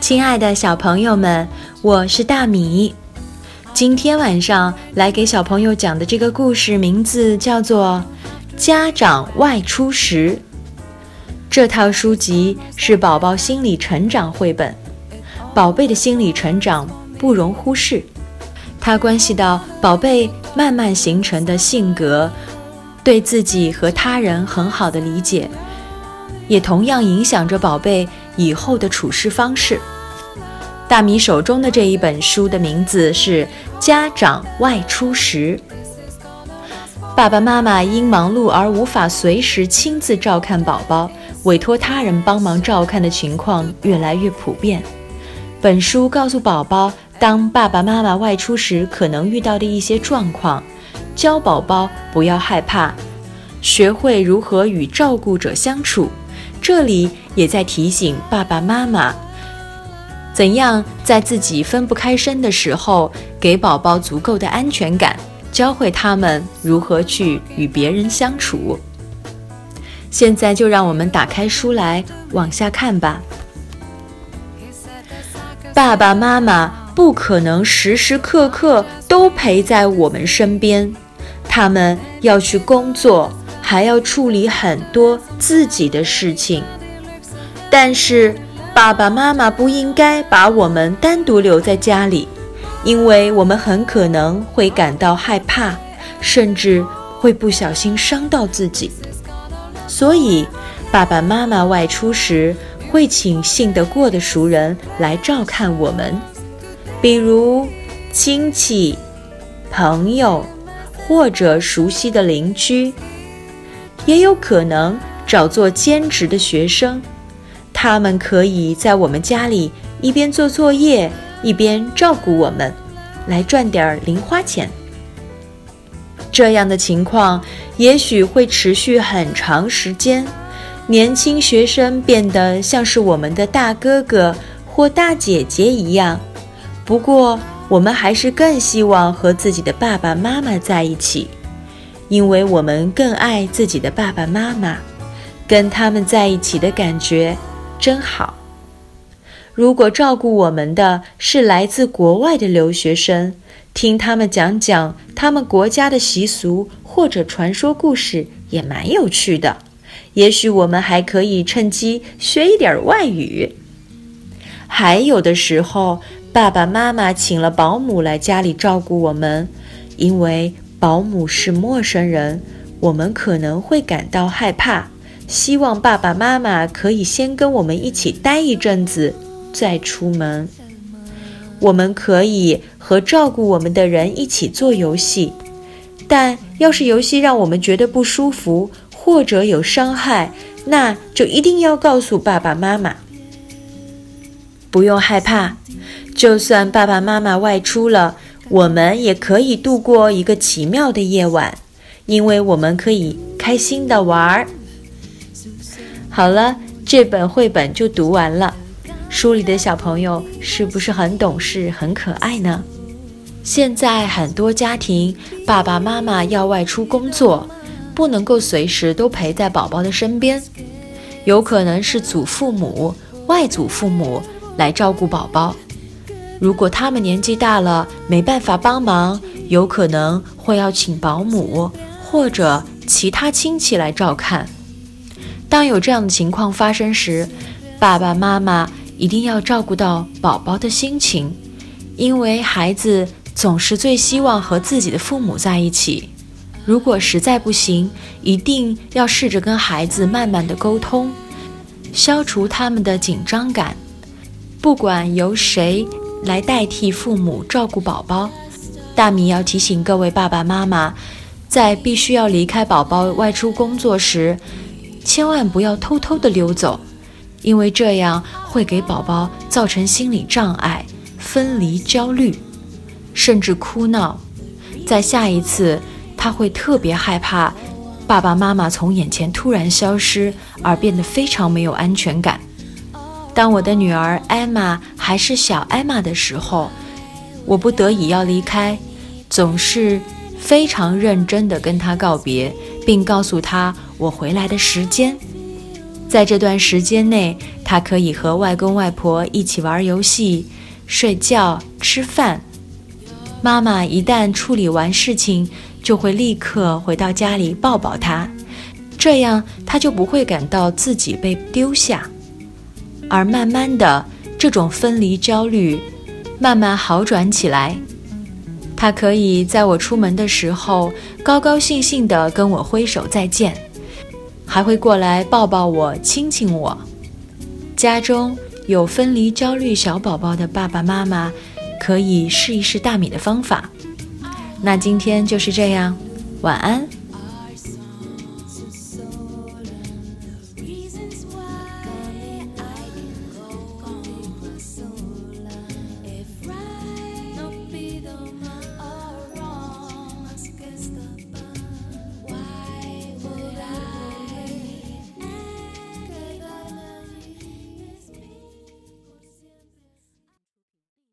亲爱的小朋友们，我是大米。今天晚上来给小朋友讲的这个故事名字叫做《家长外出时》。这套书籍是宝宝心理成长绘本，宝贝的心理成长不容忽视，它关系到宝贝慢慢形成的性格，对自己和他人很好的理解，也同样影响着宝贝以后的处事方式。大米手中的这一本书的名字是《家长外出时》。爸爸妈妈因忙碌而无法随时亲自照看宝宝，委托他人帮忙照看的情况越来越普遍。本书告诉宝宝，当爸爸妈妈外出时可能遇到的一些状况，教宝宝不要害怕，学会如何与照顾者相处。这里也在提醒爸爸妈妈，怎样在自己分不开身的时候，给宝宝足够的安全感，教会他们如何去与别人相处。现在就让我们打开书来往下看吧。爸爸妈妈不可能时时刻刻都陪在我们身边，他们要去工作，还要处理很多自己的事情。但是爸爸妈妈不应该把我们单独留在家里，因为我们很可能会感到害怕，甚至会不小心伤到自己。所以爸爸妈妈外出时会请信得过的熟人来照看我们，比如亲戚、朋友或者熟悉的邻居，也有可能找做兼职的学生，他们可以在我们家里一边做作业一边照顾我们，来赚点零花钱。这样的情况也许会持续很长时间，年轻学生变得像是我们的大哥哥或大姐姐一样。不过我们还是更希望和自己的爸爸妈妈在一起，因为我们更爱自己的爸爸妈妈，跟他们在一起的感觉真好。如果照顾我们的是来自国外的留学生，听他们讲讲他们国家的习俗或者传说故事也蛮有趣的，也许我们还可以趁机学一点外语。还有的时候，爸爸妈妈请了保姆来家里照顾我们，因为保姆是陌生人，我们可能会感到害怕，希望爸爸妈妈可以先跟我们一起待一阵子再出门。我们可以和照顾我们的人一起做游戏，但要是游戏让我们觉得不舒服或者有伤害，那就一定要告诉爸爸妈妈。不用害怕，就算爸爸妈妈外出了，我们也可以度过一个奇妙的夜晚，因为我们可以开心地玩。好了，这本绘本就读完了。书里的小朋友是不是很懂事、很可爱呢？现在很多家庭，爸爸妈妈要外出工作，不能够随时都陪在宝宝的身边，有可能是祖父母、外祖父母来照顾宝宝。如果他们年纪大了，没办法帮忙，有可能会要请保姆或者其他亲戚来照看。当有这样的情况发生时，爸爸妈妈一定要照顾到宝宝的心情，因为孩子总是最希望和自己的父母在一起。如果实在不行，一定要试着跟孩子慢慢的沟通，消除他们的紧张感。不管由谁来代替父母照顾宝宝，大米要提醒各位爸爸妈妈，在必须要离开宝宝外出工作时，千万不要偷偷的溜走，因为这样会给宝宝造成心理障碍、分离焦虑，甚至哭闹。在下一次，他会特别害怕爸爸妈妈从眼前突然消失，而变得非常没有安全感。当我的女儿艾玛还是小艾玛的时候，我不得已要离开，总是非常认真地跟她告别，并告诉她我回来的时间。 在这段时间内，他可以和外公外婆一起玩游戏、睡觉、吃饭。妈妈一旦处理完事情，就会立刻回到家里抱抱他，这样他就不会感到自己被丢下。而慢慢的，这种分离焦虑慢慢好转起来。他可以在我出门的时候高高兴兴地跟我挥手再见，还会过来抱抱我、亲亲我。家中有分离焦虑小宝宝的爸爸妈妈可以试一试大米的方法。那今天就是这样，晚安。